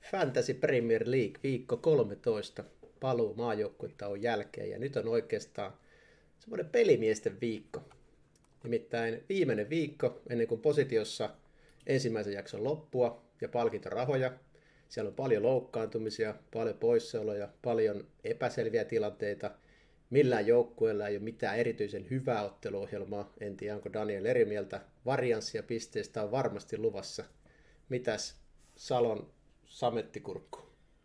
Fantasy Premier League viikko 13 paluu maajoukkuetauon jälkeen ja nyt on oikeastaan semmoinen pelimiesten viikko. Nimittäin viimeinen viikko ennen kuin positiossa ensimmäisen jakson loppua ja palkintorahoja. Siellä on paljon loukkaantumisia, paljon poissaoloja, paljon epäselviä tilanteita. Millään joukkueella ei ole mitään erityisen hyvää otteluohjelmaa. En tiedä, onko Daniel eri mieltä. Varianssia pisteistä on varmasti luvassa. Mitäs Salon samettikurkku?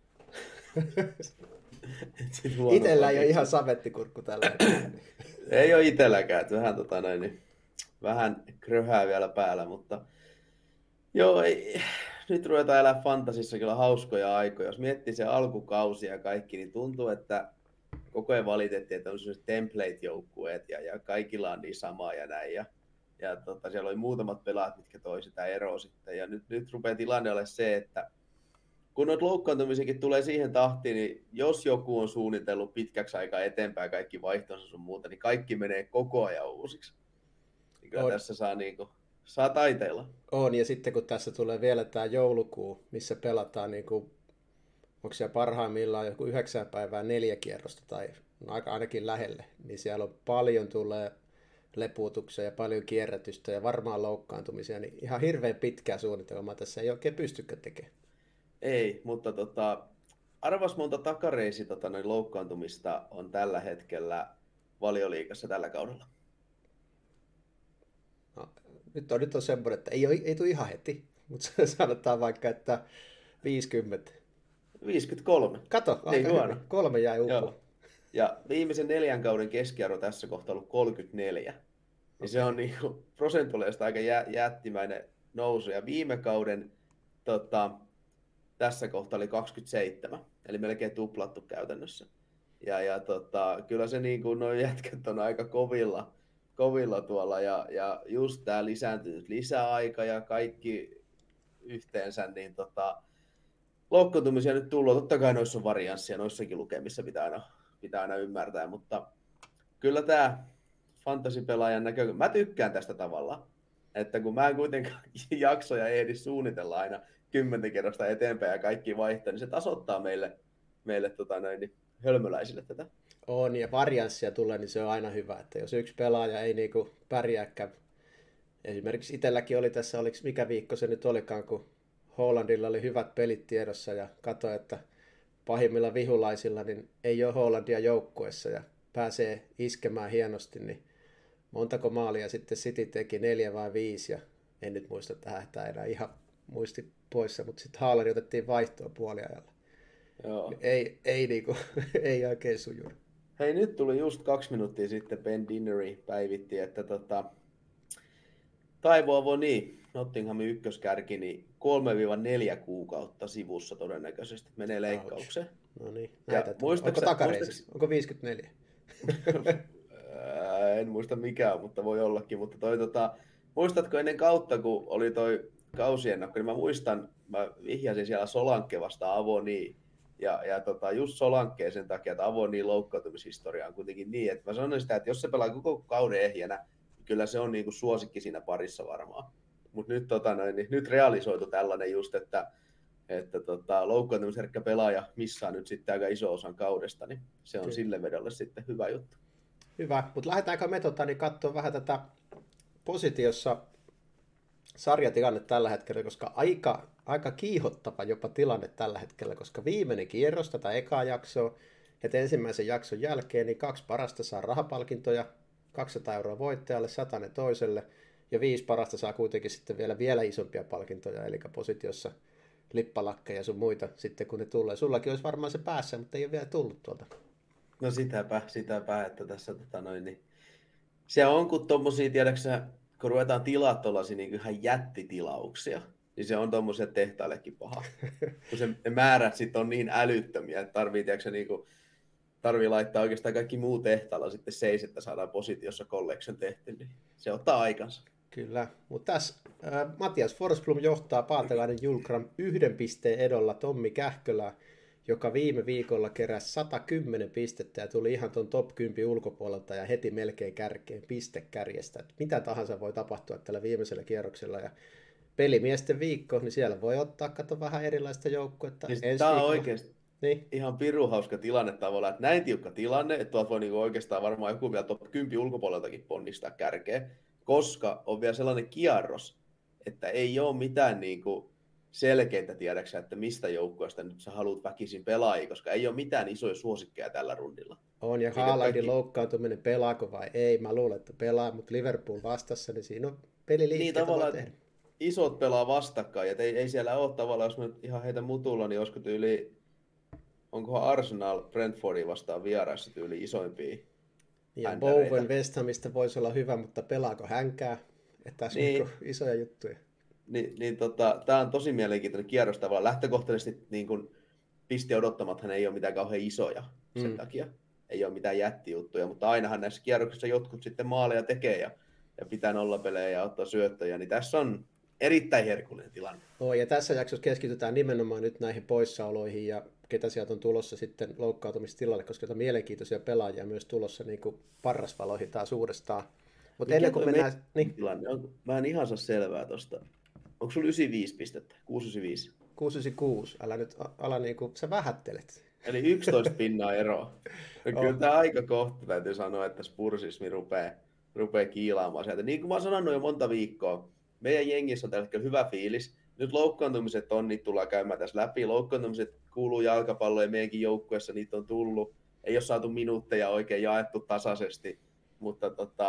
Itellä ei ole ihan samettikurkku tällä hetkellä. Ei ole itselläkään, vähän kröhää vielä päällä, mutta joo, nyt ruvetaan elää fantasissa kyllä hauskoja aikoja. Jos miettii se alkukausi ja kaikki, niin tuntuu, että koko ajan valitettiin, että on sellaiset template-joukkueet ja kaikilla on niin samaa ja näin. Ja siellä oli muutamat pelaat, mitkä toi sitä eroa sitten. Ja nyt rupeaa tilanne olemaan se, että kun noita loukkaantumisiakin tulee siihen tahtiin, niin jos joku on suunnitellut pitkäksi aikaa eteenpäin kaikki vaihtonsa sun muuta, niin kaikki menee koko ajan uusiksi. Niin kyllä tässä saa taiteilla. On, ja sitten kun tässä tulee vielä tämä joulukuu, missä pelataan, onko siellä parhaimmillaan joku 9 päivää 4 kierrosta tai ainakin lähelle, niin siellä on paljon tulee lepuutuksia ja paljon kierrätystä ja varmaan loukkaantumisia, niin ihan hirveän pitkää suunnitelmaa tässä ei oikein pystykään tekemään. Ei, mutta arvas monta takareisi loukkaantumista on tällä hetkellä Valioliigassa tällä kaudella? No, nyt on semmoinen, että ei tule ihan heti, mutta sanotaan vaikka, että 50. 53. Kato, ei huono. 3 jäi upoon. Ja viimeisen 4 kauden keskiarvo tässä kohtaa ollut 34. Ja se on prosentuaalisesti aika jättimäinen nousu. Ja viime kauden tässä kohtaa oli 27, eli melkein tuplattu käytännössä. Ja kyllä se nuo jätkät on aika kovilla tuolla, ja just tämä lisääntynyt lisäaika ja kaikki yhteensä, niin loukkaantumisia nyt tullut. Totta kai noissa on varianssia, noissakin lukemissa pitää aina ymmärtää, mutta kyllä tämä fantasy-pelaajan mä tykkään tästä tavalla, että kun mä en kuitenkaan jaksoja ehdi suunnitella aina 10 kerrosta eteenpäin ja kaikki vaihtaa, niin se tasoittaa meille hölmöläisille tätä. On, ja varianssia tulee, niin se on aina hyvä, että jos yksi pelaaja ei pärjääkään. Esimerkiksi itselläkin oli tässä, mikä viikko se nyt olikaan, kun Hollandilla oli hyvät pelit tiedossa ja katsoi, että pahimmilla vihulaisilla niin ei ole Hollandia joukkueessa ja pääsee iskemään hienosti, niin montako maalia sitten City teki, 4 vai 5, ja en nyt muista tähän enää ihan muisti poissa, mutta sitten Haaland otettiin vaihtoa puoliajalla. Joo. Ei oikein sujunut. Hei, nyt tuli just 2 minuuttia sitten Ben Dinnery päivitti, että Taivo Avoni, Nottinghamin ykköskärki, niin 3-4 kuukautta sivussa todennäköisesti menee leikkaukseen. No niin, onko takareisissa? Onko 54? En muista mikä on, mutta voi ollakin. Mutta muistatko ennen kautta, kun oli toi kausiennakko, niin mä vihjasin siellä Solanke vasta Avoni. Ja just Solankkeen sen takia, että Avoni loukkaantumishistoria on kuitenkin niin, että mä sanoin sitä, että jos se pelaa koko kauden ehjänä, kyllä se on suosikki siinä parissa varmaan. Mutta nyt realisoitu tällainen just, että loukkaantumisherkkä pelaaja missaa nyt sitten aika iso osan kaudesta, niin se on sille vedolle sitten hyvä juttu. Hyvä, mutta lähdetäänkö me katsoa vähän tätä positiossa sarjatilanne tällä hetkellä, koska aika kiihottava jopa tilanne tällä hetkellä, koska viimeinen kierros tätä ekaa jaksoa, että ensimmäisen jakson jälkeen niin 2 parasta saa rahapalkintoja, 200 € voittajalle, 100 toiselle, ja 5 parasta saa kuitenkin sitten vielä isompia palkintoja, eli positiossa lippalakkeja ja sun muita sitten kun ne tulee. Sullakin olisi varmaan se päässä, mutta ei ole vielä tullut tuolta. No sitäpä, että tässä niin se on kun tommosia, tiedäksä, kun ruvetaan tilaa tuollaisia niin ihan jättitilauksia, niin se on tommosia tehtaillekin paha. Kun se määrät sitten on niin älyttömiä, että tarvii laittaa oikeastaan kaikki muu tehtaalla sitten seis, että saadaan positiossa collection tehty, niin se ottaa aikansa. Kyllä, mutta tässä Matias Forsblom johtaa Paatelainen Julkram 1 pisteen edolla Tommi Kähkölää, joka viime viikolla keräsi 110 pistettä ja tuli ihan tuon top 10 ulkopuolelta ja heti melkein kärkeen pistekärjestä. Mitä tahansa voi tapahtua tällä viimeisellä kierroksella. Ja pelimiesten viikko, niin siellä voi ottaa, kato vähän erilaista joukkuetta Siis ensi tää on viikolla. oikeasti Niin, ihan pirun hauska tilanne tavallaan, että näin tiukka tilanne, että tuolta voi niinku oikeastaan varmaan joku vielä top 10 ulkopuoleltakin ponnistaa kärkeen, koska on vielä sellainen kierros, että ei ole mitään niinku selkeitä tiedäksä, että mistä joukkueesta nyt sä haluat väkisin pelaajia, koska ei ole mitään isoja suosikkeja tällä rundilla. on, ja Haalandin loukkaantuminen, pelaako vai ei, mä luulen, että pelaa, mutta Liverpool vastassa, niin siinä on Niin peliliikkeitä voi tavallaan tehdä. isot pelaa vastakkain, ja ei siellä ole tavallaan, jos mä nyt ihan heitä mutulla, niin olisiko tyyli, onkohan Arsenal Brentfordia vastaan vieraissa tyyli isoimpia Ja bändereitä. Bowen West Hamista voisi olla hyvä, mutta pelaako hänkään? Että tässä on Niin. isoja juttuja. Tämä on tosi mielenkiintoinen kierros tavallaan. Lähtökohtaisesti niin kun piste odottamathan ei ole mitään kauhean isoja sen takia. Ei ole mitään jättijuttuja, mutta ainahan näissä kierroksissa jotkut sitten maaleja tekee ja pitää nollapelejä ja ottaa syöttöjä, niin tässä on erittäin herkullinen tilanne. Ja tässä jaksossa keskitytään nimenomaan nyt näihin poissaoloihin ja ketä sieltä on tulossa sitten loukkaantumistilalle, koska on mielenkiintoisia pelaajia myös tulossa niin kuin parrasvaloihin taas uudestaan. Mutta ennen kuin mennään... Niin. Tilanne on, mä en ihan saa selvää tosta. Onko sulla 95 pistettä? 695? 696. Älä nyt ala niin kuin, sä vähättelet. Eli 11 pinnaa eroa. No, kyllä tämä aika kohta täytyy sanoa, että Spursismi rupeaa kiilaamaan sieltä. Niin kuin mä oon sanonut jo monta viikkoa, meidän jengissä on tällä hetkellä hyvä fiilis. Nyt loukkaantumiset on, niitä tullaan käymään tässä läpi. Loukkaantumiset kuuluu jalkapalloon ja meidänkin joukkueessa niitä on tullut. Ei ole saatu minuutteja oikein jaettu tasaisesti, mutta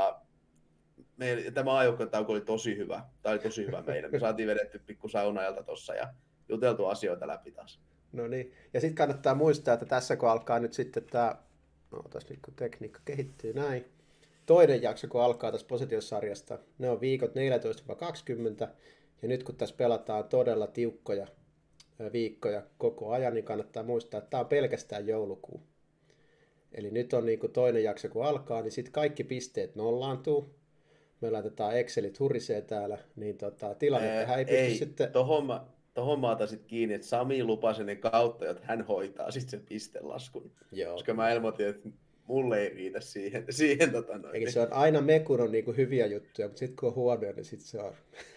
tämä maajoukkojen tauko oli tosi hyvä. Tämä oli tosi hyvä meidän. Me saatiin vedetty pikku saunajalta tuossa ja juteltu asioita läpi taas. No niin, ja sitten kannattaa muistaa, että tässä kun alkaa nyt sitten tämä, tässä nyt kun tekniikka kehittyy näin, toinen jakso kun alkaa tässä positiosarjasta, ne on viikot 14-20, ja nyt kun tässä pelataan todella tiukkoja viikkoja koko ajan, niin kannattaa muistaa, että tämä on pelkästään joulukuu. Eli nyt on niin kuin toinen jakso kun alkaa, niin sitten kaikki pisteet nollaantuu. Me laitetaan Excelit hurisee täällä, niin tilannetta ei pysty sitten... Tohon mä otan sitten kiinni, että Sami lupasi ennen kautta, että hän hoitaa sitten sen pistelaskun. Joo. Koska mä ilmoitin, että mulle ei riitä siihen Eli se on aina me, kun on niinku hyviä juttuja, mutta sitten kun on huonoja, niin sitten se on...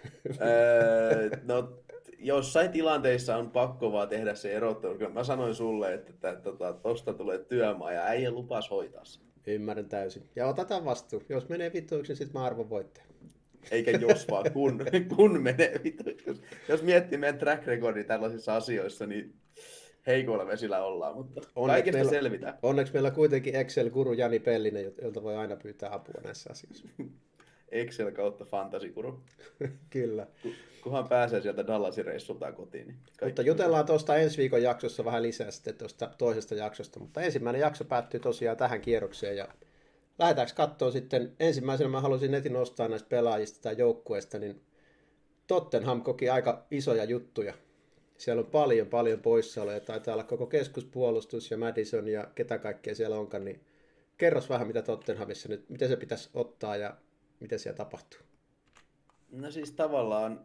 No, jossain tilanteissa on pakko vaan tehdä se erottelu. Mä sanoin sulle, että tosta tulee työmaa ja äijä lupas hoitaa sen. Ymmärrän täysin. Ja otetaan vastuu. Jos menee vittuiksi, niin sitten mä arvon voittaja. Eikä jos vaan, kun menee vittu. Jos miettii meidän track recordia tällaisissa asioissa, niin heikoilla vesillä ollaan, mutta kaikesta selvitään. Onneksi meillä on kuitenkin Excel-guru Jani Pellinen, jolta voi aina pyytää apua näissä asioissa. Excel kautta fantasy-guru. Kyllä. Kunhan pääsee sieltä Dallasin reissultaan kotiin. Niin mutta jutellaan tuosta ensi viikon jaksossa vähän lisää sitten tuosta toisesta jaksosta, mutta ensimmäinen jakso päättyy tosiaan tähän kierrokseen ja lähdetäänkö katsoa sitten, ensimmäisenä mä halusin netin nostaa näistä pelaajista tai joukkueesta, niin Tottenham koki aika isoja juttuja. Siellä on paljon poissaoloja, taitaa olla koko keskuspuolustus ja Madison ja ketä kaikkea siellä onkaan, niin kerros vähän mitä Tottenhamissa nyt, miten se pitäisi ottaa ja miten siellä tapahtuu? No siis tavallaan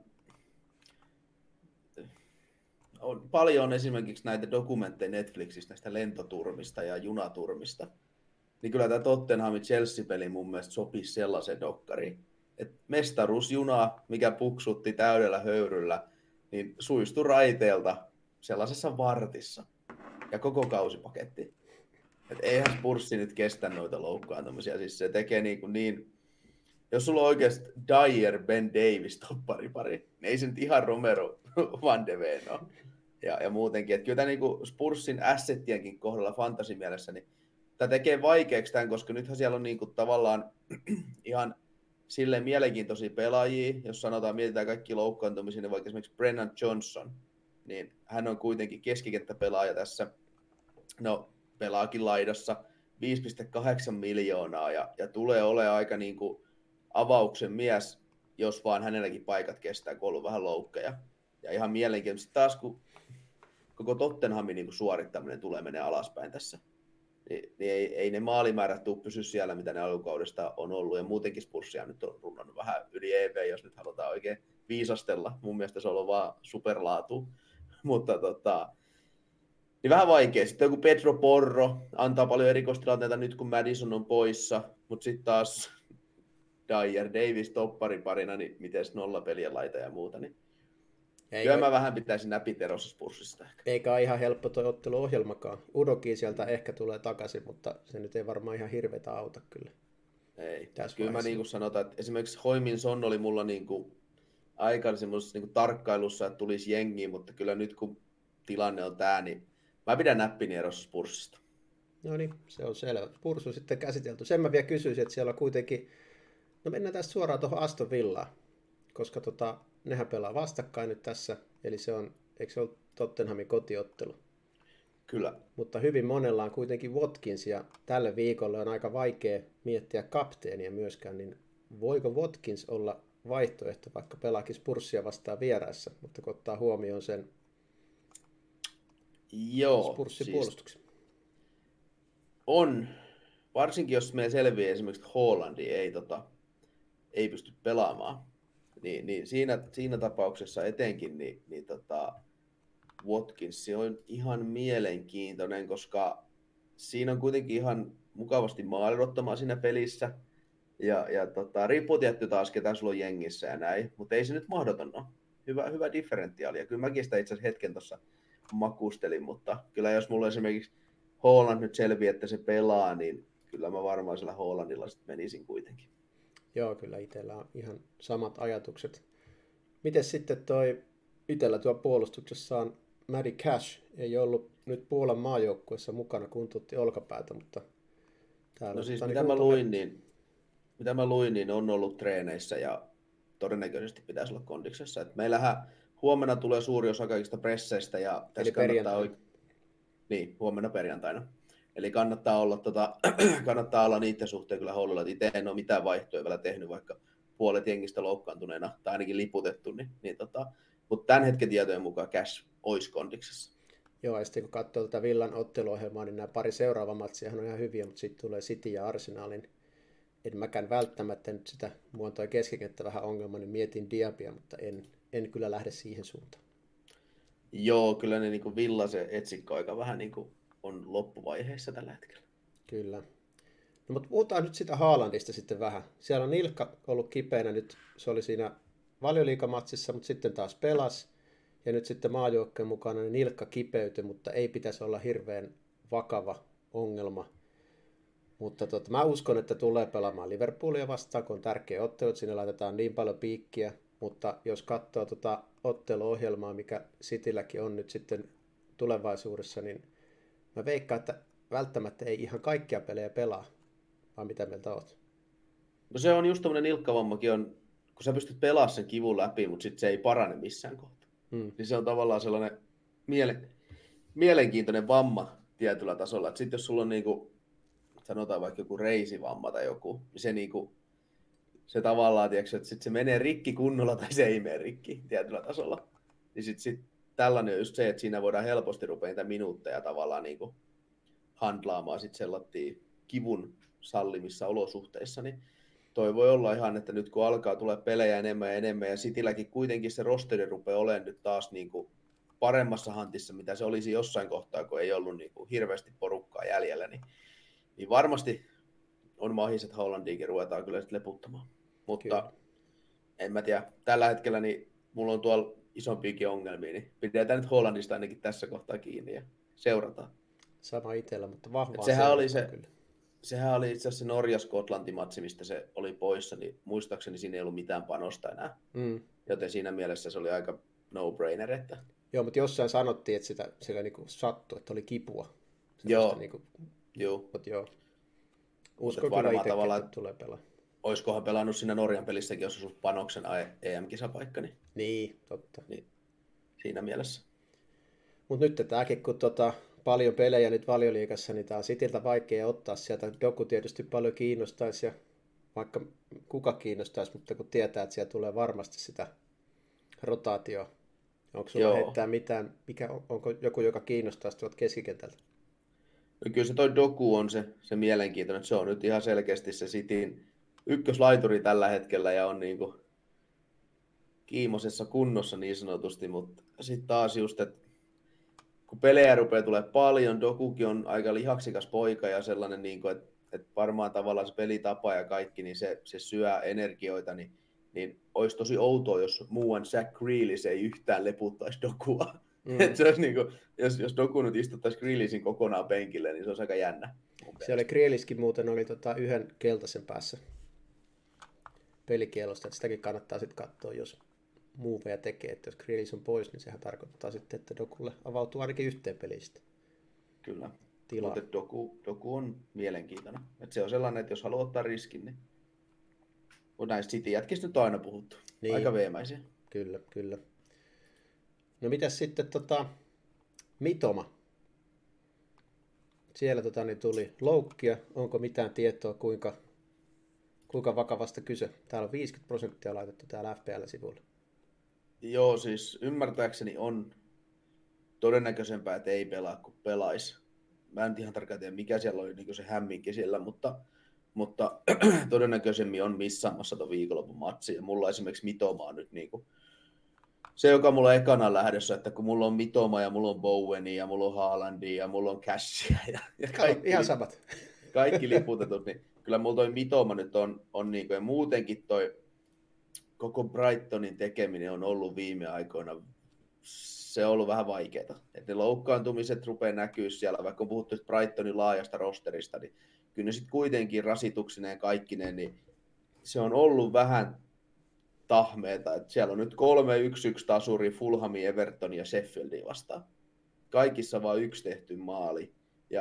on paljon esimerkiksi näitä dokumentteja Netflixistä näistä lentoturmista ja junaturmista. Niin kyllä tämä Tottenhamin Chelsea-peli mun mielestä sopisi sellaisen dokkariin. Että mestaruusjuna, mikä puksutti täydellä höyryllä, niin suistui raiteelta sellaisessa vartissa. Ja koko kausipaketti. Että eihän Spurssi nyt kestä noita loukkaantumisia. Siis se tekee niin jos sulla on oikeasti Dyer, Ben Davis topparipari, niin ei se nyt ihan Romero Van de Ven ole. Ja muutenkin. Että kyllä tämä niin Spurssin assettienkin kohdalla fantasimielessä, niin tämä tekee vaikeaksi tämän, koska nythän siellä on niinku tavallaan ihan silleen mielenkiintoisia pelaajia, jos sanotaan, mietitään kaikki loukkaantumisia, niin vaikka esimerkiksi Brennan Johnson, niin hän on kuitenkin keskikenttäpelaaja tässä, no pelaakin laidassa, 5,8 miljoonaa ja tulee olemaan aika niinku avauksen mies, jos vaan hänelläkin paikat kestää, kun on ollut vähän loukkeja. Ja ihan mielenkiintoista taas, kun koko Tottenhamin niinku suorittaminen tulee menee alaspäin tässä. Niin ei ne maalimäärät tule pysy siellä, mitä ne alkukaudesta on ollut. Ja muutenkin Spursia nyt on runnannut vähän yli EV, jos nyt halutaan oikein viisastella. Mun mielestä se on ollut vaan superlaatu. Mutta niin vähän vaikea. Sitten joku Pedro Porro antaa paljon erikoistilanteita nyt, kun Madison on poissa. Mutta sitten taas Dyer Davis toppariparina, niin miten nollapelien laita ja muuta. Niin Kyllä mä vähän pitäisin näpit erossa Spursista ehkä. Eikä ihan helppo toi otteluohjelmakaan. Udoki sieltä ehkä tulee takaisin, mutta se nyt ei varmaan ihan hirveätä auta kyllä. Ei. Kyllä mä niin kuin sanotaan, että esimerkiksi Hoimin Son oli mulla niin kuin aika semmoisessa niin kuin tarkkailussa, että tulisi jengiä, mutta kyllä nyt kun tilanne on tää, niin mä pidän näppini erossa Spursista. No niin, se on selvä. Spurs on sitten käsitelty. Sen mä vielä kysyisin, että siellä on kuitenkin, no mennään tästä suoraan tuohon Aston Villaan, koska nehän pelaa vastakkain nyt tässä, eli se on, eikö se ole Tottenhamin kotiottelu? Kyllä. Mutta hyvin monella on kuitenkin Watkins, ja tälle viikolle on aika vaikea miettiä kapteenia myöskään, niin voiko Watkins olla vaihtoehto, vaikka pelaakin Spursia vastaan vieraissa, mutta kun ottaa huomioon sen Spursin siis puolustuksen. On, varsinkin jos meillä selviää esimerkiksi, että Haalandi ei pysty pelaamaan, niin siinä tapauksessa etenkin Watkins on ihan mielenkiintoinen, koska siinä on kuitenkin ihan mukavasti maalirottamaa siinä pelissä. Ja riippuu tietty taas, ketä sulla on jengissä ja näin, mutta ei se nyt mahdoton ole. Hyvä differentiaali. Ja kyllä mäkin sitä itse asiassa hetken tuossa makustelin, mutta kyllä jos mulla esimerkiksi Haaland nyt selviää, että se pelaa, niin kyllä mä varmaan sillä Haalandilla sitten menisin kuitenkin. Joo, kyllä itsellä on ihan samat ajatukset. Miten sitten itsellä tuo puolustuksessa on Matty Cash, ei ollut nyt Puolan maajoukkueessa mukana, kun tuotti olkapäätä, mutta täällä... No siis mitä mä luin, niin on ollut treeneissä ja todennäköisesti pitäisi olla kondiksessa. Et meillähän huomenna tulee suuri osa kaikista presseistä ja tässä niin, huomenna perjantaina. Eli kannattaa olla niiden suhteen kyllä hollilla, että itse en ole mitään vaihtoja vielä tehnyt, vaikka puolet jengistä loukkaantuneena tai ainakin liputettu. Mutta tämän hetken tietojen mukaan Cash olisi kondiksessa. Joo, ja sitten kun katsoo tätä Villan otteluohjelmaa, niin nämä pari seuraava matsia on ihan hyviä, mutta sitten tulee City ja Arsenalin. En mäkään välttämättä nyt sitä, mua on toi keskikenttä vähän ongelma, niin mietin Diabia, mutta en kyllä lähde siihen suuntaan. Joo, kyllä ne niin kuin Villa se etsikkoaika vähän niin kuin on loppuvaiheessa tällä hetkellä. Kyllä. No, mutta puhutaan nyt sitä Haalandista sitten vähän. Siellä on Nilkka ollut kipeänä nyt, se oli siinä Valioliigamatsissa, mutta sitten taas pelasi. Ja nyt sitten maajoukkojen mukana niin Nilkka kipeytyi, mutta ei pitäisi olla hirveän vakava ongelma. Mutta mä uskon, että tulee pelaamaan Liverpoolia vastaan, kun on tärkeä ottelu, että sinne laitetaan niin paljon piikkiä. Mutta jos katsoo otteluohjelmaa, mikä Citylläkin on nyt sitten tulevaisuudessa, niin mä veikkaan, että välttämättä ei ihan kaikkia pelejä pelaa. Vai mitä mieltä oot? No se on just tämmöinen nilkkavammakin on, kun sä pystyt pelaamaan sen kivun läpi, mutta sitten se ei parane missään kohtaa. Niin se on tavallaan sellainen mielenkiintoinen vamma tietyllä tasolla. Sitten jos sulla on niinku, sanotaan vaikka joku reisivamma tai joku, niin se tavallaan, tiedätkö, että sit se menee rikki kunnolla tai se ei mene rikki tietyllä tasolla. Niin sit tällainen on just se, että siinä voidaan helposti rupea niitä minuutteja tavallaan niinku handlaamaan sit sellaisia kivun sallimissa olosuhteissa, niin toi voi olla ihan, että nyt kun alkaa tulla pelejä enemmän ja enemmän, ja Citylläkin kuitenkin se rosteri rupeaa olemaan nyt taas niinku paremmassa hantissa, mitä se olisi jossain kohtaa, kun ei ollut niinku hirveästi porukkaa jäljellä, niin varmasti on mahis, että Haalandiinkin ruvetaan kyllä sitten leputtamaan. Mutta kyllä. En mä tiedä, tällä hetkellä niin mulla on tuolla isompiakin ongelmia, niin pidetään nyt Haalandista ainakin tässä kohtaa kiinni ja seurataan. Sama itsellä, mutta vahvaa sehän oli itse asiassa se Norja-Skotlanti-matsi, mistä se oli poissa, niin muistaakseni siinä ei ollut mitään panosta enää. Joten siinä mielessä se oli aika no-brainer. Että... Joo, mutta jossain sanottiin, että sillä niinku sattui, että oli kipua. Joo. Niinku... Joo. Joo. Uskon kyllä itsekin, että tulee pelaa. Oiskohan pelannut siinä Norjan pelissäkin, jos olisi panoksen EM-kisapaikka. Niin, totta. Niin, siinä mielessä. Mutta nyt tämäkin, kun paljon pelejä nyt Valioliigassa, niin tämä on Cityltä vaikea ottaa sieltä. Doku tietysti paljon kiinnostaisi ja vaikka kuka kiinnostaisi, mutta kun tietää, että siellä tulee varmasti sitä rotaatioa. Onko sulla heittää mitään, onko joku, joka kiinnostaisi tuolta keskikentältä? No kyllä se toi Doku on se mielenkiintoinen, että se on nyt ihan selkeästi se Cityn ykköslaituri tällä hetkellä ja on niinku kiimosessa kunnossa niin sanotusti, mutta sitten taas just, että kun pelejä rupeaa tulee paljon, Dokukin on aika lihaksikas poika ja sellainen, niin kuin, että varmaan tavallaan se pelitapa ja kaikki, niin se syö energioita, niin niin olisi tosi outoa, jos muuan Jack Grealish ei yhtään leputtaisi Dokua. Se olisi niin kuin, jos Doku nyt istuttaisi Grealishin kokonaan penkille, niin se olisi aika jännä. Se oli Grealishkin muuten oli yhden keltaisen päässä pelikielosta, että sitäkin kannattaa sitten katsoa, jos moveja tekee. Että jos Grealish on pois, niin sehän tarkoittaa sitten, että Dokulle avautuu ainakin yhteen pelistä. Kyllä. Mutta Doku on mielenkiintoinen. Että se on sellainen, että jos haluaa ottaa riskin, niin on näistä City-jätkistä nyt aina puhuttu. Niin. Aika veemäisiä. Kyllä. No mitäs sitten Mitoma? Siellä niin tuli loukkia. Onko mitään tietoa, kuinka vakavasta kyse? Täällä on 50% laitettu täällä FPL-sivuilla. Joo, siis ymmärtääkseni on todennäköisempää, että ei pelaa kuin pelaisi. Mä en ihan tarkkaan tiedä, mikä siellä oli niin se hämminki siellä, mutta todennäköisemmin on missaamassa tuon viikonlopun matsi. Ja mulla esimerkiksi Mitoma on nyt niin kuin se, joka mulla on ekana lähdössä, että kun mulla on Mitoma ja mulla on Bowenia ja mulla on Haalandia ja mulla on Cashia ja kaikki, ihan samat. Kaikki liputetut, niin kyllä mulla toi Mitoma nyt on niin kuin, ja muutenkin toi koko Brightonin tekeminen on ollut viime aikoina, se on ollut vähän vaikeaa. Että ne loukkaantumiset rupeaa näkyä siellä, vaikka on puhuttu Brightonin laajasta rosterista, niin kyllä ne sitten kuitenkin rasituksineen kaikkineen, niin se on ollut vähän tahmeeta. Että siellä on nyt 3-1 tasuri Fulhamin, Evertonin ja Sheffieldin vastaan. Kaikissa vaan yksi tehty maali.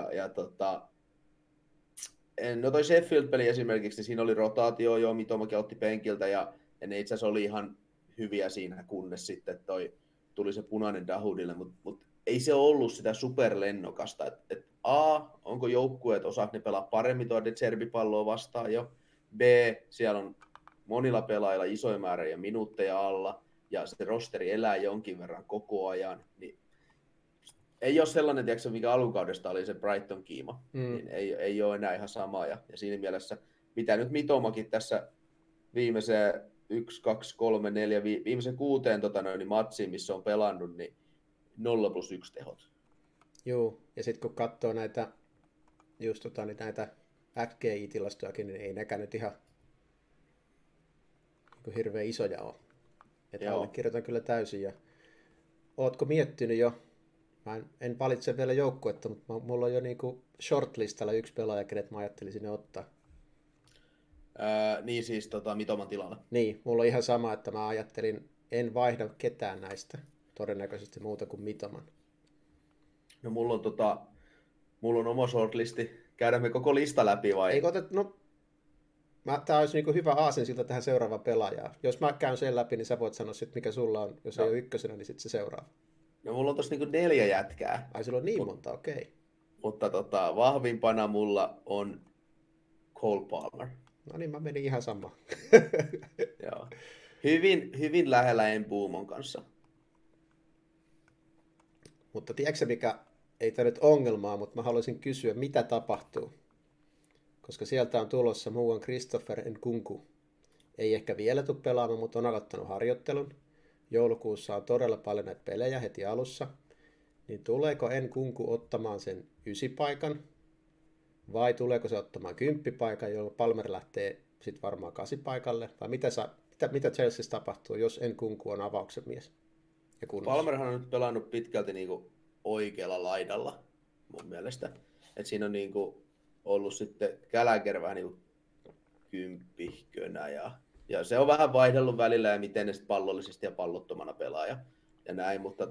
No toi Sheffield-peli esimerkiksi, niin siinä oli rotaatio jo, Mitomakin otti penkiltä ja ne itse asiassa oli ihan hyviä siinä, kunnes sitten tuli se punainen Dahoudille, mutta ei se ollut sitä superlennokasta. Onko joukkueet, osaako ne pelaa paremmin tuo De Zerbi-palloa vastaan jo? B, siellä on monilla pelaajilla isoja määriä minuutteja alla, ja se rosteri elää jonkin verran koko ajan, niin ei ole sellainen, tiedätkö, mikä alkukaudesta oli se Brighton-kiima, niin ei ole enää ihan samaa, ja siinä mielessä, mitä nyt Mitomakin tässä viimeiseen 1, 2, 3, 4, viimeisen 6 matsiin, missä on pelannut, niin 0+1 tehot. Joo, ja sitten kun katsoo näitä näitä XGI-tilastojakin, niin ei nekään nyt ihan hirveän isoja ole. Että allekirjoitan kyllä täysin. Ja ootko miettinyt jo, mä en valitse vielä joukkuetta, mutta mulla on jo niinku shortlistalla yksi pelaaja, kenet mä ajattelin sinne ottaa. Niin siis Mitoman tilalla. Niin, mulla on ihan sama, että mä ajattelin, en vaihda ketään näistä, todennäköisesti muuta kuin Mitoman. No mulla on oma shortlisti. Käydään me koko lista läpi vai? Eikö tää olisi niinku hyvä aasinsilta tähän seuraavaan pelaajaan. Jos mä käyn sen läpi, niin sä voit sanoa sit, mikä sulla on. Jos ei ole ykkösenä, niin sitten se seuraava. No mulla on tossa niinku 4 jätkää. Ai sulla on niin monta, okei. Mutta vahvimpana mulla on Cole Palmer. No niin, mä menin ihan samaan. Joo. Hyvin lähellä Mboumon kanssa. Mutta tiedätkö mikä, ei tämä nyt ongelmaa, mutta mä haluaisin kysyä, mitä tapahtuu? Koska sieltä on tulossa muuan Christopher Nkunku. Ei ehkä vielä tule pelaamaan, mutta on aloittanut harjoittelun. Joulukuussa on todella paljon näitä pelejä heti alussa. Niin tuleeko Nkunku ottamaan sen 9 paikan? Vai tuleeko se ottamaan 10 paikan, jolloin Palmer lähtee sitten varmaan 8 paikalle? Vai mitä Chelseassa tapahtuu, jos Nkunku on avauksen mies? Palmerhan on nyt pelannut pitkälti niinku oikealla laidalla mun mielestä. Et siinä on niinku ollut sitten Gallagher vähän niinku kymppihkönä ja se on vähän vaihdellut välillä ja miten ne sitten pallollisesti ja pallottomana pelaa ja näin, mutta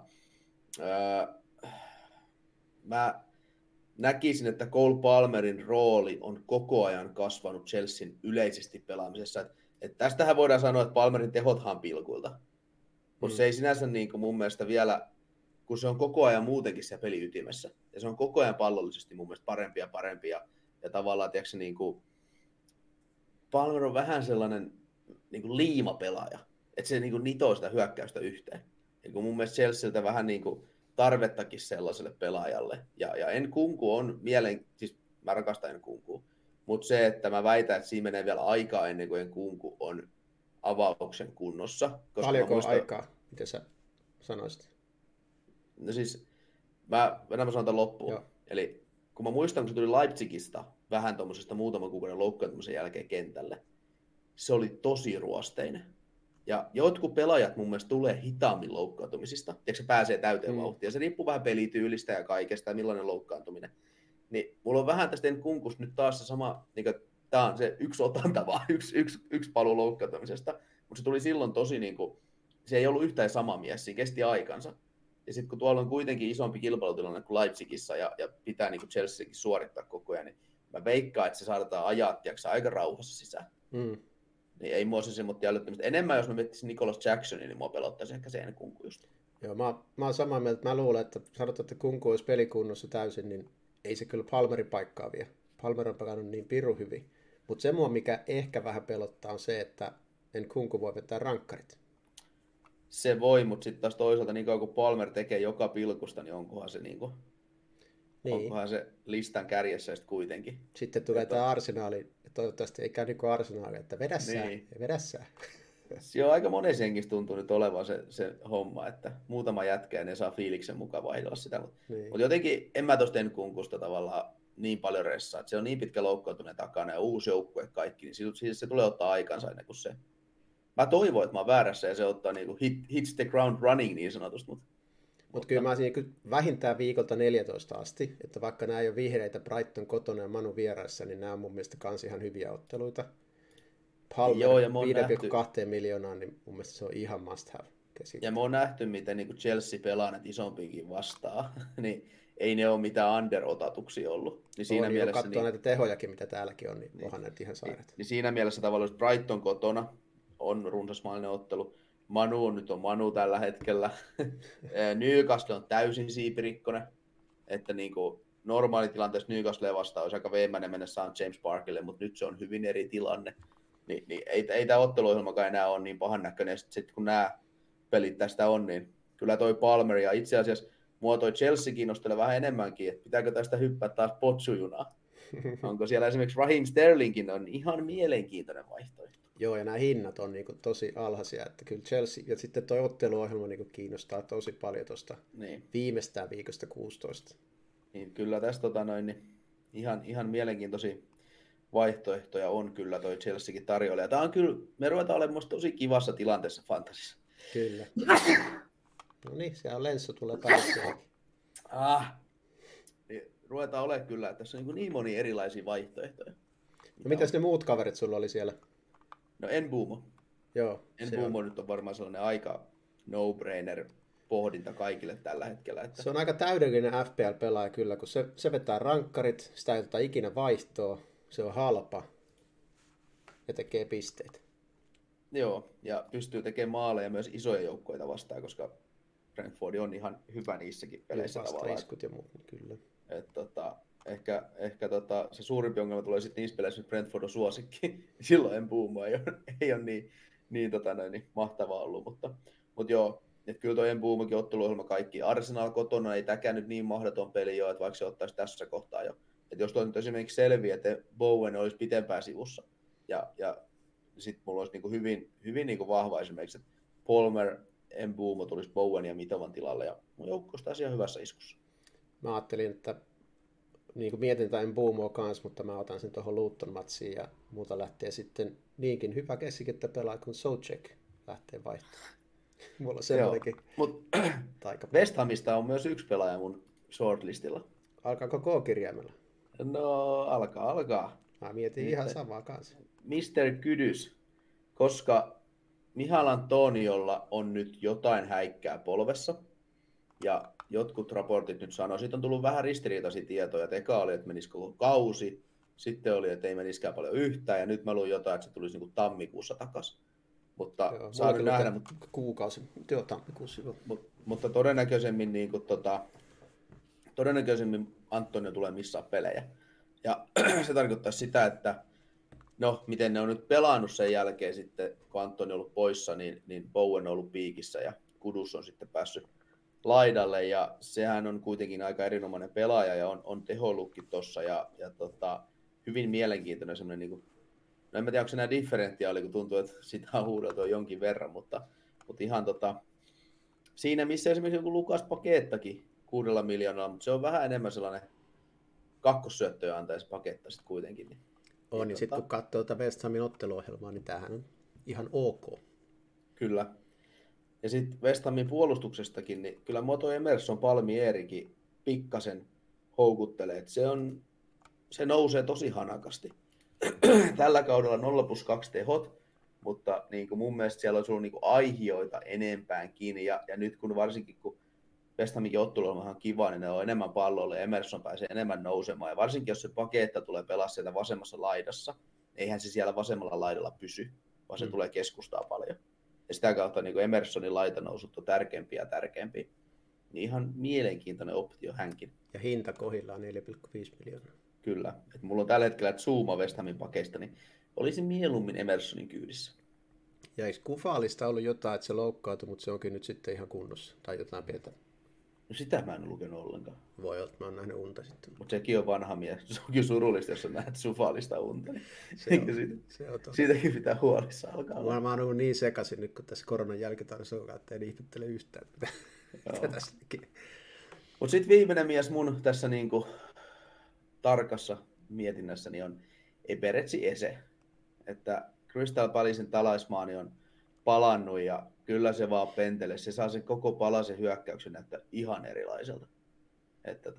mä näkisin, että Cole Palmerin rooli on koko ajan kasvanut Chelsean yleisesti pelaamisessa. Et tästähän voidaan sanoa, että Palmerin tehothan pilkuilta. Mutta se ei sinänsä niin kuin mun mielestä vielä, kun se on koko ajan muutenkin se peli ytimessä. Ja se on koko ajan pallollisesti mun mielestä parempi ja tavallaan, tiedätkö, niin kuin Palmer on vähän sellainen niin kuin liimapelaaja. Että se niin kuin nitoo sitä hyökkäystä yhteen. Ja kun mun mielestä Chelsealtä vähän niin kuin tarvettakin sellaiselle pelaajalle. Ja Nkunku on siis mä rakastan Nkunkua. Mutta se, että mä väitän, että siinä menee vielä aikaa ennen kuin Nkunku on avauksen kunnossa. Paljonko aikaa? Miten sä sanoisit? No siis, mä sanon tämän loppuun. Joo. Eli kun mä muistan, kun se tuli Leipzigistä vähän tuommoisesta muutaman kuukauden loukkaantumisen jälkeen kentälle, se oli tosi ruosteinen. Ja jotkut pelaajat mun mielestä tulee hitaammin loukkaantumisista, ja se pääsee täyteen vauhtiin. Ja se riippuu vähän pelityylistä ja kaikesta, ja millainen loukkaantuminen. Niin mulla on vähän tästä kunkusta nyt taas se sama, niin kuin, tää on se yksi otanta vaan, yksi paluu loukkaantumisesta. Mutta se tuli silloin tosi, niin kuin, se ei ollut yhtään sama mies, siinä kesti aikansa. Ja sitten kun tuolla on kuitenkin isompi kilpailutilanne kuin Leipzigissä, ja pitää niin kuin Chelseakin suorittaa koko ajan, niin mä veikkaan, että se saadaan ajaa aika rauhassa sisään. Niin ei mua se semmoinen älyttömistä. Enemmän jos mä miettisin Nicholas Jacksonin, niin mua pelottaisi ehkä se kunku just. Joo, mä oon samaa mieltä. Mä luulen, että sanotaan, että kunku olisi pelikunnossa täysin, niin ei se kyllä Palmerin paikkaa vie. Palmer on pelannut niin pirun hyvin. Mutta se mua, mikä ehkä vähän pelottaa, on se, että kunku voi vetää rankkarit. Se voi, mutta sitten taas toisaalta niin kauan kun Palmer tekee joka pilkusta, niin onkohan se onkohan se listan kärjessä sitten kuitenkin. Sitten tulee tämä Arsenaali, toivottavasti ei käy niin kuin Arsenaali, että vedä sää. Joo, aika monessa hengissä tuntuu nyt olevan se homma, että muutama jätkä ja ne saa fiiliksen mukaan vaihdella sitä. Mutta jotenkin en mä tuosta kunkusta tavallaan niin paljon ressaa, että se on niin pitkä loukkaantuneen takana ja uusi joukkue kaikki, niin se tulee ottaa aikansa ennen kuin se. Mä toivon, että mä oon väärässä ja se ottaa niinku hits the ground running niin sanotusti. Mutta kyllä mä olisin vähintään viikolta 14 asti, että vaikka nämä ei ole vihreitä Brighton kotona ja Manu vieraissa, niin nämä on mun mielestä kans ihan hyviä otteluita. Palmer 5,2 miljoonaa, niin mun mielestä se on ihan must have. Ja me on nähty, miten niin Chelsea pelaa näitä isompiinkin vastaan, niin ei ne ole mitään under-otatuksia ollut. Niin siinä mielessä katsoa näitä tehojakin, mitä täälläkin on, niin onhan näitä ihan sairat. Niin siinä mielessä tavallaan, jos Brighton kotona on runsasmaallinen ottelu, Manu on nyt Manu tällä hetkellä. Newcastle on täysin siipirikkonen, että niin kuin normaalitilanteessa Newcastle vastaan olisi aika veemäinen mennä St. James Parkille, mutta nyt se on hyvin eri tilanne. Niin ei tämä otteluohjelmakaan enää ole niin pahan näköinen. Sitten kun nämä pelit tästä on, niin kyllä toi Palmer ja itse asiassa mua toi Chelsea kiinnostelee vähän enemmänkin, että pitääkö tästä hyppää taas potsujunaa. Onko siellä esimerkiksi Raheem Sterlingin on ihan mielenkiintoinen vaihtoehto. Joo, ja nämä hinnat on niin kuin tosi alhaisia, että kyllä Chelsea, ja sitten tuo otteluohjelma niin kuin kiinnostaa tosi paljon tuosta viimeistään viikosta 16. Niin kyllä tästä niin ihan mielenkiintoisia vaihtoehtoja on kyllä toi Chelseakin tarjolla. Ja tää on kyllä, me ruvetaan olemaan tosi kivassa tilanteessa fantasissa. Kyllä. No niin, siellä Lensso tulee päästöön. Ruvetaan olemaan kyllä, että tässä on niin monia erilaisia vaihtoehtoja. No mitäs ne muut kaverit sulla oli siellä? No Mbeumo. Joo. Mbeumo nyt on varmaan sellainen aika no-brainer pohdinta kaikille tällä hetkellä. Että... Se on aika täydellinen FPL-pelaaja kyllä, kun se vetää rankkarit, sitä ei oteta ikinä vaihtoa, se on halpa ja tekee pisteitä. Joo, ja pystyy tekemään maaleja myös isoja joukkoita vastaan, koska Brentford on ihan hyvä niissäkin peleissä tavallaan. Iskut ja muut, kyllä. Ehkä se suurimpi ongelma tulee sitten niissä peleissä, että Brentford on suosikki. Silloin Mbeumo ei ole niin mahtavaa ollut, mutta joo, että kyllä tuo Mbeumokin otteluohjelma kaikki. Arsenal kotona ei täkään nyt niin mahdoton peli jo, että vaikka se ottaisi tässä kohtaa jo. Että jos tuo nyt esimerkiksi selviää, että Bowen olisi pitempään sivussa ja sitten mulla olisi hyvin vahva esimerkiksi, että Palmer, Mbeumo tulisi Bowen ja Mitovan tilalle ja mun joukko olisi taas ihan hyvässä iskussa. Mä ajattelin, että niin mietin tämän Mbeumoa kanssa, mutta mä otan sen tuohon Luton-matsiin ja muuta lähtee sitten niinkin hyvä keskikettä pelaa, kun Soucek lähtee vaihtamaan. Mulla on semmoinenkin taika. West Hamista on myös yksi pelaaja mun shortlistilla. Alkaako K-kirjaimella? No, alkaa. Mä mietin ihan samaa kanssa. Mr. Kydys, koska Mihail Antoniolla on nyt jotain häikkää polvessa ja jotkut raportit nyt sanoo, siitä on tullut vähän ristiriitaisia tietoja, että eka oli, että menisi koko kausi, sitten oli, että ei menisikään paljon yhtään ja nyt mä luin jotain, että se tulisi niin kuin tammikuussa takaisin. Mutta saa nähdä. Kuukausi, tammikuussa. Mutta todennäköisemmin, todennäköisemmin Antonio tulee missään pelejä. Ja se tarkoittaa sitä, että no, miten ne on nyt pelannut sen jälkeen sitten, kun Antonio on ollut poissa, niin Bowen on ollut piikissä ja Kudus on sitten päässyt laidalle. Ja sehän on kuitenkin aika erinomainen pelaaja ja on teholukki tuossa ja hyvin mielenkiintoinen semmoinen, niin kuin, no en tiedä, onko se nämä differentiaali, kun tuntuu, että sitä on huudeltu jonkin verran, mutta ihan siinä, missä esimerkiksi joku Lukas Pakettakin 6 miljoonalla, mutta se on vähän enemmän sellainen kakkossyöttöjä antaisi Paketta sitten kuitenkin. Niin. On, niin sitten kun katsoo tätä West Hamin otteluohjelmaa, niin tämähän on ihan ok. Kyllä. Ja sitten West Hamin puolustuksestakin, niin kyllä mua toi Emerson Palmierikin pikkasen houkuttelee. Et se nousee tosi hanakasti. Tällä kaudella 0+2 tehot, mutta niin kuin mun mielestä siellä olisi ollut niin kuin aihioita enempään kiinni. Ja nyt kun varsinkin kun West Haminkin ottelu on vähän kiva, niin ne on enemmän palloilla ja Emerson pääsee enemmän nousemaan. Ja varsinkin jos se Paketta tulee pelaa sieltä vasemmassa laidassa, eihän se siellä vasemmalla laidalla pysy, vaan se tulee keskustaa paljon. Ja sitä kautta niin kuin Emersonin laitanousut on tärkeämpiä ja tärkeämpiä. Niin ihan mielenkiintoinen optio hänkin. Ja hinta kohdillaan 4,5 miljoonaa. Kyllä. Et mulla on tällä hetkellä Zooma West Hamin pakeista, niin olisin mieluummin Emersonin kyydissä. Ja eikö Kufaalista ollut jotain, että se loukkautui, mutta se onkin nyt sitten ihan kunnossa? Tai jotain pientä? No sitä mä en ole lukenut ollenkaan. Voi olla, että mä oon nähnyt unta sitten. Mutta sekin on vanha mies. Se onkin surullista, jos sä näet Sufaalista unta. Niin siitäkin pitää huolissa alkaa. Mä oon ollut niin sekaisin nyt, kun tässä koronan jälkitarjossa on, että en ihmettele yhtään, mitä tässä näkee. Mutta sitten viimeinen mies mun tässä niinku tarkassa mietinnässäni on Eberetsi Ese. Että Crystal Palacen talismaani on palannut ja kyllä se vaan pentelee. Se saa sen koko palasen hyökkäyksen näyttää ihan erilaiselta. Että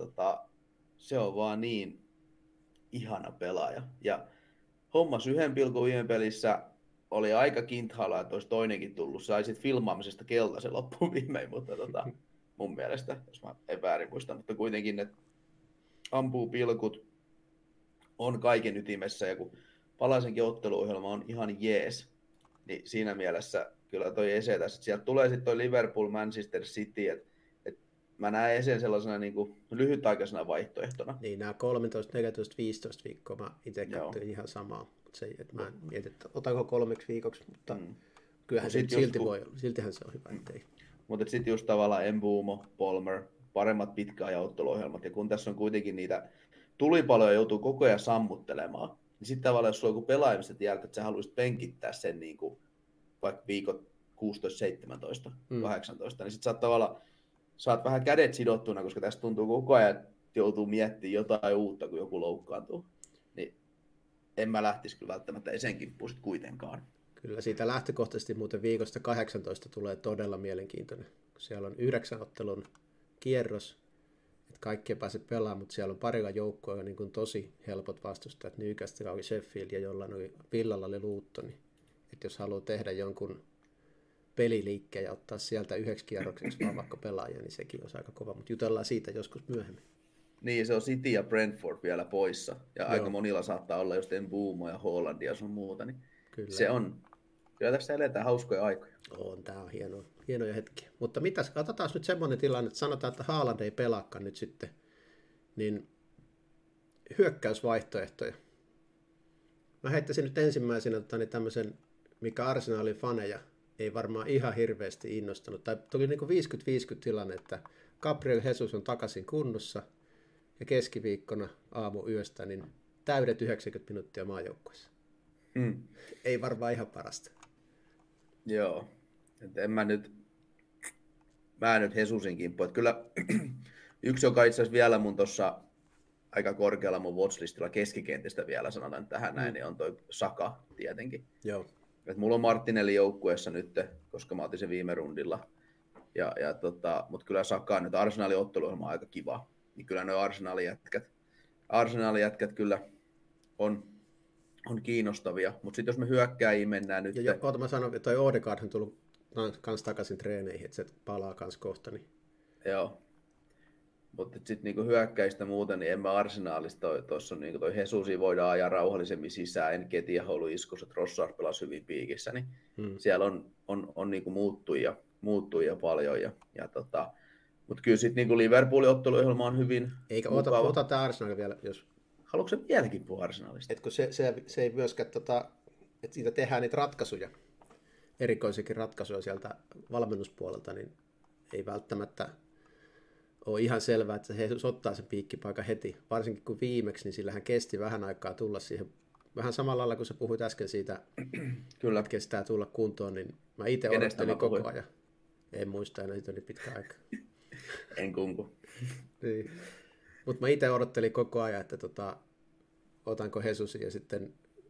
se on vaan niin ihana pelaaja. Ja hommas 1 pilkun viime pelissä oli aika kinthaalla, että olisi toinenkin tullut. Sai sitten filmaamisesta keltaisen loppuun viimein, mutta mun mielestä, jos mä en väärin muista, mutta kuitenkin ne ampuu pilkut, on kaiken ytimessä ja kun Palasenkin otteluohjelma on ihan jees, niin siinä mielessä kyllä toi Ese tässä. Sieltä tulee sitten toi Liverpool, Manchester City, että mä näen Esen sellaisena niin kuin lyhytaikaisena vaihtoehtona. Niin, nämä 13, 14, 15 viikkoa mä itse katsoin ihan samaa. Mä mietin, että otanko 3 viikoksi, mutta kyllähän se siltihän se on hyvä, ettei. Mutta sitten just tavallaan Mbeumo, Palmer, paremmat pitkäajan otteluohjelmat, ja kun tässä on kuitenkin niitä tulipaloja joutuu koko ajan sammuttelemaan, niin sitten tavallaan jos sulla on joku pelaaja, mistä tiedät, että sä haluaisit penkittää sen niin kuin vaikka viikot 16, 17, 18, niin sitten saat vähän kädet sidottuna, koska tästä tuntuu koko ajan, että joutuu miettimään jotain uutta, kun joku loukkaantuu. Niin en mä lähtisi kyllä välttämättä Esen kimppuun sit kuitenkaan. Kyllä siitä lähtökohtaisesti muuten viikosta 18 tulee todella mielenkiintoinen. Siellä on 9 ottelun kierros, että kaikki ei pääse pelaamaan, mutta siellä on parilla joukkoa niin kuin tosi helpot vastustajat. Newcastle oli Sheffield ja jollain oli Villalla oli Luton. Että jos haluaa tehdä jonkun peliliikkeen ja ottaa sieltä 9 kierrokseksi vaan vaikka pelaajia, niin sekin olisi aika kova, mutta jutellaan siitä joskus myöhemmin. Niin, se on City ja Brentford vielä poissa, ja aika monilla saattaa olla just Mbeumo ja Haaland ja sun muuta, niin kyllä tässä eletään hauskoja aikoja. Tää on hienoja hetkiä. Mutta katsotaan nyt semmoinen tilanne, että sanotaan, että Haaland ei pelaakaan nyt sitten, niin hyökkäysvaihtoehtoja. Mä heittäisin nyt ensimmäisenä tämmöisen, mikä Arsenalin faneja ei varmaan ihan hirveästi innostanut. Tai tuli niin kuin 50-50 tilanne, että Gabriel Jesus on takaisin kunnossa ja keskiviikkona aamuyöstä niin täydet 90 minuuttia maajoukkueessa. Ei varmaan ihan parasta. Joo. Mä nyt Jesusin kimppuun. Kyllä yksi, joka itse asiassa vielä mun tuossa aika korkealla mun watchlistilla keskikentistä vielä sanotaan tähän näin, niin on toi Saka tietenkin. Joo. Et mulla on Martinelli joukkueessa nyt, koska mä otin sen viime rundilla. Mutta kyllä Saka nyt Arsenalin otteluohjelma on aika kiva. Niin kyllä nuo Arsenalin jätkät kyllä on kiinnostavia. Mutta sitten jos me hyökkääjiin mennään nyt... Ja mä sanon, että toi Odegaard on tullut kans takaisin treeneihin, että se palaa kans kohta. Niin... Joo. Mutta sitten niinku hyökkäistä muuten, niin en mä Arsenalista, tuossa on niinku toi Jesusi voidaan ajaa rauhallisemmin sisään, en Ketiä ollut iskussa, Trossard pelasi hyvin piikissä, niin siellä on niinku muuttujia paljon. Mutta kyllä sitten niinku Liverpoolin otteluohjelma on hyvin eikä ota tämä Arsenal vielä, jos... Haluatko se vieläkin puhua Arsenalista? Et kun se ei myöskään, että siitä tehdään niitä ratkaisuja, erikoisiakin ratkaisuja sieltä valmennuspuolelta, niin ei välttämättä ole ihan selvää, että he ottaa sen piikkipaikan heti. Varsinkin kun viimeksi, niin sillähän kesti vähän aikaa tulla siihen. Vähän samalla lailla, kun sä puhuit äsken siitä, kyllä. Että kestää tulla kuntoon, niin mä itse odottelin koko ajan. En muista enää, siitä oli pitkä aika. En kunku. Niin. Mutta mä itse odottelin koko ajan, että otanko Jesusin, ja sitten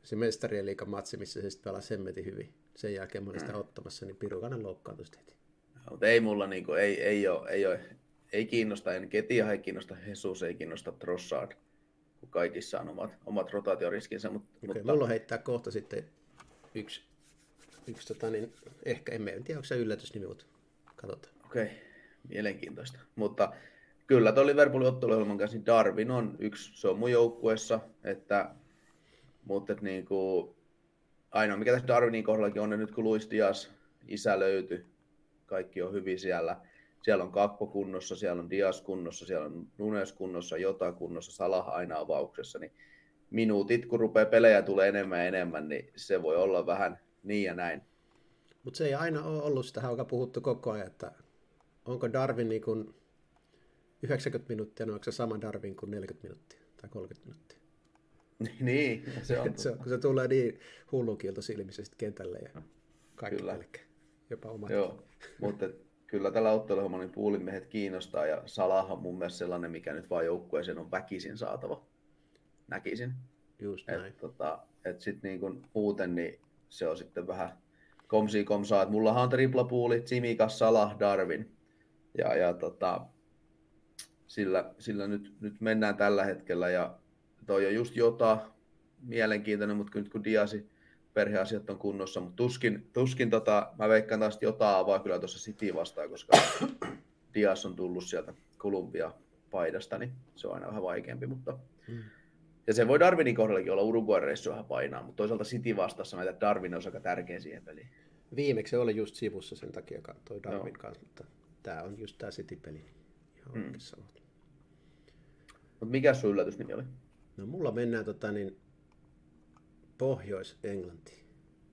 se mestarien liigan matsi, missä se sitten pelasi hemmetin hyvin. Sen jälkeen mä olin sitä ottamassa, niin Pirukainen loukkaantui heti. Mutta ei mulla niinku, ei kiinnosta Enketia, ei kiinnosta Jesus, ei kiinnosta Trossard, kun kaikissa on omat rotaatioriskinsä. Mutta mulla heittää kohta sitten yksi ehkä, en tiedä, onko se yllätysnimi, mutta katsotaan. Okei, mielenkiintoista. Mutta kyllä tuo Liverpoolin otteluohjelman kanssa niin Darwin on yksi, se on mun joukkueessa, mutta niinku, ainoa mikä tässä Darwinin kohdallakin on, nyt kun Luis Diaz isä löytyi, kaikki on hyvin siellä. Siellä on Kakpo kunnossa, siellä on Diaz kunnossa, siellä on Nunes kunnossa, Jota kunnossa, Salah aina avauksessa. Niin minuutit, kun rupeaa pelejä tulee enemmän ja enemmän, niin se voi olla vähän niin ja näin. Mutta se ei aina ole ollut sitä, joka puhuttu koko ajan, että onko Darwin niin kuin 90 minuuttia, no onko se sama Darwin kuin 40 minuuttia tai 30 minuuttia? Niin, se on. Kun se tulee niin hullukiilto silmissä sitten kentälle ja kaikki pelkkää, jopa omat. Joo, mutta kyllä tällä ottelulla niin puulimiehet kiinnostaa ja Salah on mun mielestä sellainen, mikä nyt vaan joukkueeseen on väkisin saatava. Näkisin. Just näin. Et sitten niin kun muuten niin se on sitten vähän komsaa. Mullahan on triplapuuli, Tsimikas, Salah, Darwin. Ja sillä nyt mennään tällä hetkellä. Ja toi on just mielenkiintoinen, mutta nyt kun Diasi perheasiat on kunnossa, mutta tuskin mä veikkaan taas, että Jota avaa kyllä tuossa City vastaan, koska Dias on tullut sieltä Columbia-paidasta, niin se on aina vähän vaikeampi, mutta ja se voi Darwinin kohdallakin olla Uruguayn reissu vähän painaa, mutta toisaalta City vastassa mä Darwin on aika tärkeä siihen peliin. Viimeksi se oli just sivussa, sen takia katsoi Darwin kanssa, mutta tää on just tää City-peli. Ihan oikeassa on. Mutta mikä sun yllätysnimi oli? No mulla mennään Pohjois-Englantiin.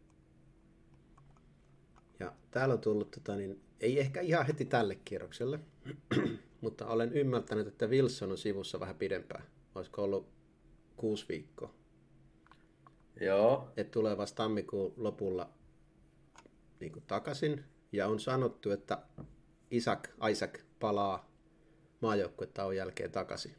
Ja täällä on tullut, ei ehkä ihan heti tälle kierrokselle, mutta olen ymmärtänyt, että Wilson on sivussa vähän pidempään. Olisiko ollut 6 viikkoa? Joo. Et tulee vasta tammikuun lopulla niin kuin takaisin. Ja on sanottu, että Isaac palaa maajoukkuetauon jälkeen takaisin.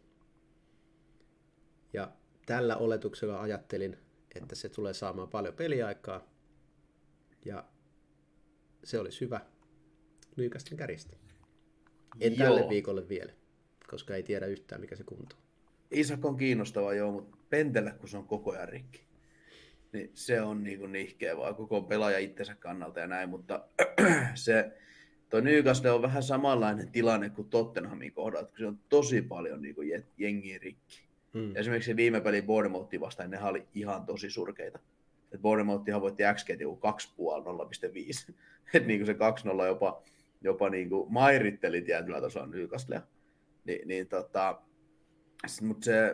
Ja tällä oletuksella ajattelin, että se tulee saamaan paljon peliaikaa. Ja se olisi hyvä Newcastlen kärjestä. En tälle viikolle vielä, koska ei tiedä yhtään mikä se kunto on. Isak on kiinnostava mutta pentellä kun se on koko ajan rikki, niin se on niin kuin nihkeä vaan koko pelaaja itsensä kannalta ja näin, mutta toi Newcastle on vähän samanlainen tilanne kuin Tottenhamin kohdalla, kun se on tosi paljon niin kuin jengiä rikki. Esimerkiksi se viime peli Bournemouthia vastaan, ne oli ihan tosi surkeita. Bournemouthhan voitti XG 2,5, 0,5. Että niin se 2-0 jopa niin kuin mairitteli tietyllä tasolla Newcastlea. Mutta se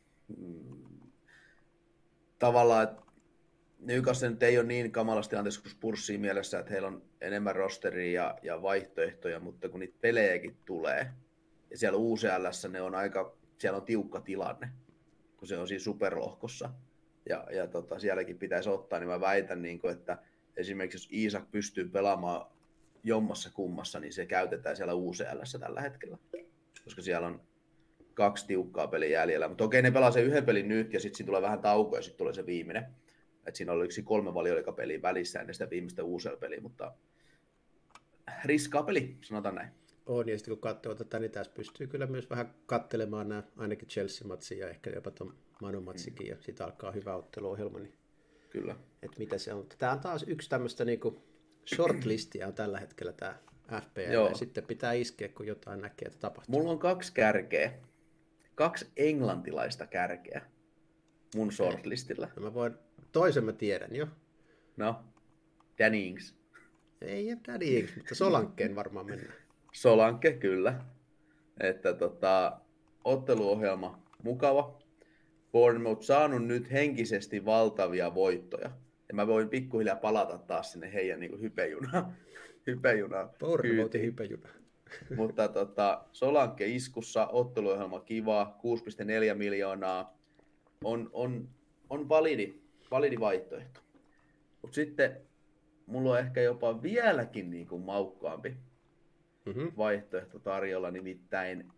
tavallaan, että Newcastle nyt ei ole niin kamalasti tilanteessa kuin Spursia mielessä, että heillä on enemmän rosteria ja vaihtoehtoja, mutta kun niitä pelejäkin tulee, ja siellä UCL:ssä siellä on tiukka tilanne, kun se on siinä superlohkossa, ja sielläkin pitäisi ottaa, niin mä väitän, että esimerkiksi jos Isak pystyy pelaamaan jommassa kummassa, niin se käytetään siellä UCL:ssä tällä hetkellä, koska siellä on 2 tiukkaa peliä jäljellä. Mutta okei, ne pelaa sen yhden pelin nyt, ja sitten siinä tulee vähän tauko, ja sitten tulee se viimeinen. Et siinä oli 3 valioliigapeliä välissä ennen sitä viimeistä UCL-peliä, mutta riskaa peli, sanotaan näin. On, ja sitten kun katsoo tätä, niin tässä pystyy kyllä myös vähän katselemaan nämä ainakin Chelsea-matsia ja ehkä jopa tuon Manu-matsikin, ja sitten alkaa hyvä otteluohjelma. Niin kyllä. Että mitä se on. Tämä on taas yksi tämmöistä niinku shortlistia on tällä hetkellä tämä FPL, ja sitten pitää iskeä, kun jotain näkee, että tapahtuu. Mulla on 2 kärkeä. 2 englantilaista kärkeä mun shortlistilla. No toisen mä tiedän jo. No, Danny Ings. Ei Danny Ings, mutta Solankkeen varmaan mennään. Solanke, kyllä. Että otteluohjelma mukava. Bournemouth saanut nyt henkisesti valtavia voittoja. Ja mä voin pikkuhiljaa palata taas sinne heidän niin hypejunaan. Bournemouthin hypejuna. Mutta Solanke iskussa, otteluohjelma kiva, 6,4 miljoonaa. On validi vaihtoehto. Mutta sitten mulla on ehkä jopa vieläkin niin kuin maukkaampi vaihtoehto tarjolla, nimittäin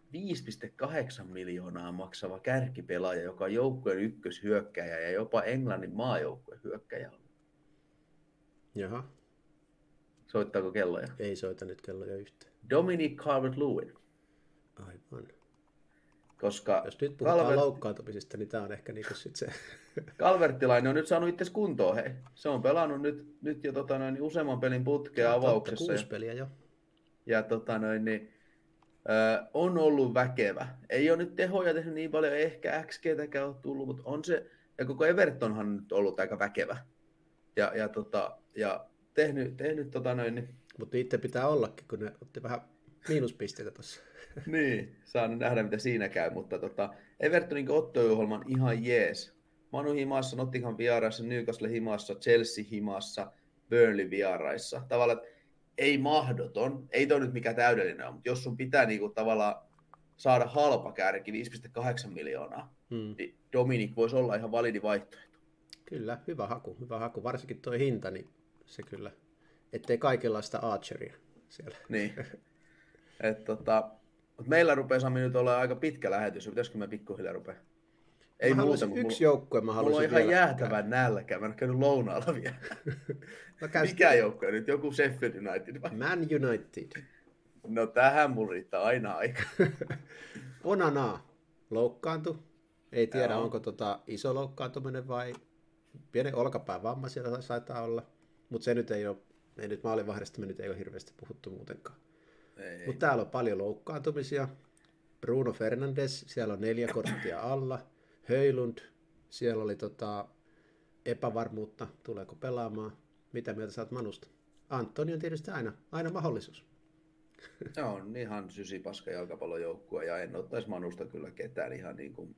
5,8 miljoonaa maksava kärkipelaaja, joka on joukkueen ykköshyökkäjä ja jopa Englannin maajoukkueen hyökkäjä. Jaha. Soittaako kelloja? Ei soita nyt kelloja yhtään. Dominic Calvert-Lewin. Aivan. Koska jos nyt puhutaan loukkaantumisesta, niin tämä on ehkä niinku sit se. Calvertilainen on nyt saanut itse kuntoon. Hei. Se on pelannut nyt jo useamman pelin putkea avauksessa. 6 peliä jo. Ja on ollut väkevä. Ei ole nyt tehoja tehnyt niin paljon, ehkä XGtäkään ole tullut, mutta on se, ja koko Evertonhan on nyt ollut aika väkevä. Ja tehnyt Mutta itse pitää ollakin, kun ne otti vähän miinuspisteitä tuossa. Niin, saan nähdä mitä siinä käy, mutta Evertonin otto-ohjelma on ihan jees. Manu himassa, Nottingham vieraissa, Newcastle himassa, Chelsea himassa, Burnley vieraissa. Tavallaan ei mahdoton, ei toi nyt mikä täydellinen on, mutta jos sun pitää niinku tavallaan saada halpa kärki 5,8 miljoonaa, niin Dominic voisi olla ihan validi vaihtoehto. Kyllä, hyvä haku. Varsinkin tuo hinta, niin se kyllä, ettei kaikenlaista Archeria siellä. Niin. Mutta meillä rupeaa Sami nyt olla aika pitkä lähetys, pitäisikö me pikkuhiljaa rupea? Ei muuta, yksi joukkue mä haluaisin mulla on ihan jäätävän nälkä, mä en ole käynyt lounaalla vielä. Mikä joukkue nyt? Joku Sheffield United vai? Man United. No tähän mulla riittää aina aika. Onana loukkaantui. Ei tiedä, onko iso loukkaantuminen vai pienen olkapään vamma siellä saattaa olla. Mutta se nyt ei nyt maalivahdesta me nyt ei ole hirveästi puhuttu muutenkaan. Mutta täällä on paljon loukkaantumisia. Bruno Fernandes, siellä on 4 korttia alla. Höylund, siellä oli epävarmuutta, tuleeko pelaamaan. Mitä mieltä saat Manusta? Antoni on tietysti aina mahdollisuus. Se on ihan sysipaska jalkapallojoukkue ja en ottaisi Manusta kyllä ketään ihan niin kuin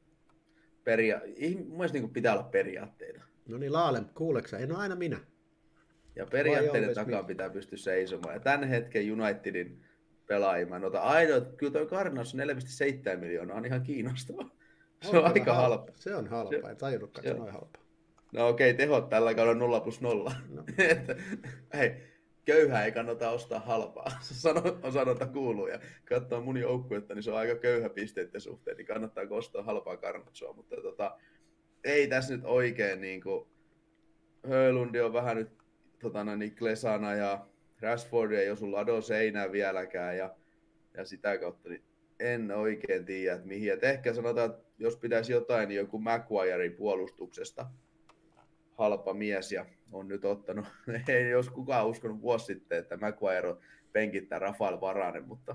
mun mielestä niin pitää olla periaatteita. No niin, Laalem, kuuleksä? En ole aina minä. Ja periaatteiden takaa pitää pystyä seisomaan. Ja tämän hetken Unitedin pelaajia mä otan ainoa, että kyllä tuo Cardinals 4,7 miljoonaa on ihan kiinnostava. Se on aika halpa. Se on halpa, en tajunnutkaan, että se on noin halpa. No okei, tehot tällä kaudella 0+0. No. Hei, köyhä ei kannata ostaa halpaa. Sanonta kuuluu. Ja katsoo mun joukkuetta, niin se on aika köyhä pisteiden suhteen, niin kannattaa ostaa halpaa Garnatsoa. Mutta ei tässä nyt oikein niinku Höjlundi on vähän nyt Klesana ja Rashford ei osu ladon seinään vieläkään ja sitä kautta niin en oikein tiedä, että mihin. Et ehkä sanotaan, että jos pitäisi jotain, niin joku Maguirein puolustuksesta halpa mies ja on nyt ottanut, ei jos kukaan uskonut vuosi sitten, että Maguire penkittää Rafael Varane, mutta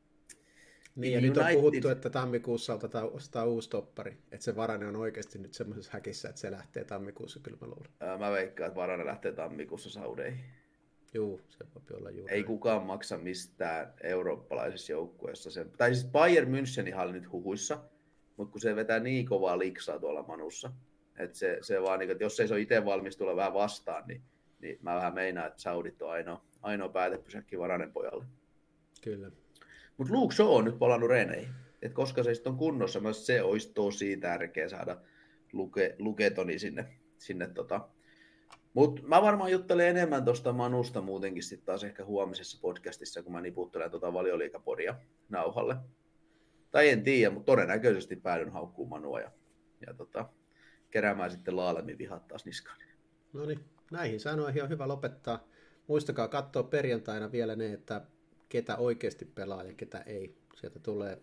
niin ja nyt on puhuttu, että tammikuussa ostaa uusi toppari, että se Varane on oikeasti nyt semmoisessa häkissä, että se lähtee tammikuussa, kyllä mä luulen. Mä veikkaan, että Varane lähtee tammikuussa Saudeihin. Juu, se voi olla juuri. Ei kukaan maksa mistään eurooppalaisessa joukkueessa. Tai siis Bayern München oli nyt huhuissa, mutta kun se vetää niin kovaa liksaa tuolla Manussa, että se vaan, että jos ei se ole itse valmis tulla vähän vastaan, niin mä vähän meinaan, että Saudit on ainoa päätepysäkki Varanen pojalle. Kyllä. Mutta Luke Shaw on nyt palannut reeneihin. Et koska se sitten on kunnossa, myös se olisi tosi tärkeä saada Luketoni sinne Mutta mä varmaan juttelen enemmän tuosta Manusta muutenkin sitten taas ehkä huomisessa podcastissa, kun mä niputtelen Valioliigapodia nauhalle. Tai en tiedä, mutta todennäköisesti päädyn haukkuun Manua ja keräämään sitten Laalemin vihat taas niskaan. No niin, näihin sanoihin on hyvä lopettaa. Muistakaa katsoa perjantaina vielä ne, että ketä oikeasti pelaa ja ketä ei. Sieltä tulee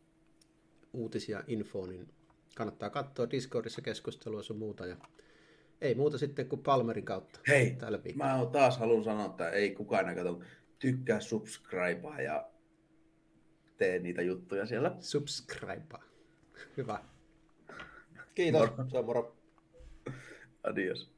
uutisia, infoa, niin kannattaa katsoa Discordissa keskustelua sun muuta. Ja ei muuta sitten kuin Palmerin kautta. Hei, mä taas haluan sanoa, että ei kukaan enää katso. Tykkää, subscribea ja tee niitä juttuja siellä. Subscribea. Hyvä. Kiitos. Se on moro. Adios.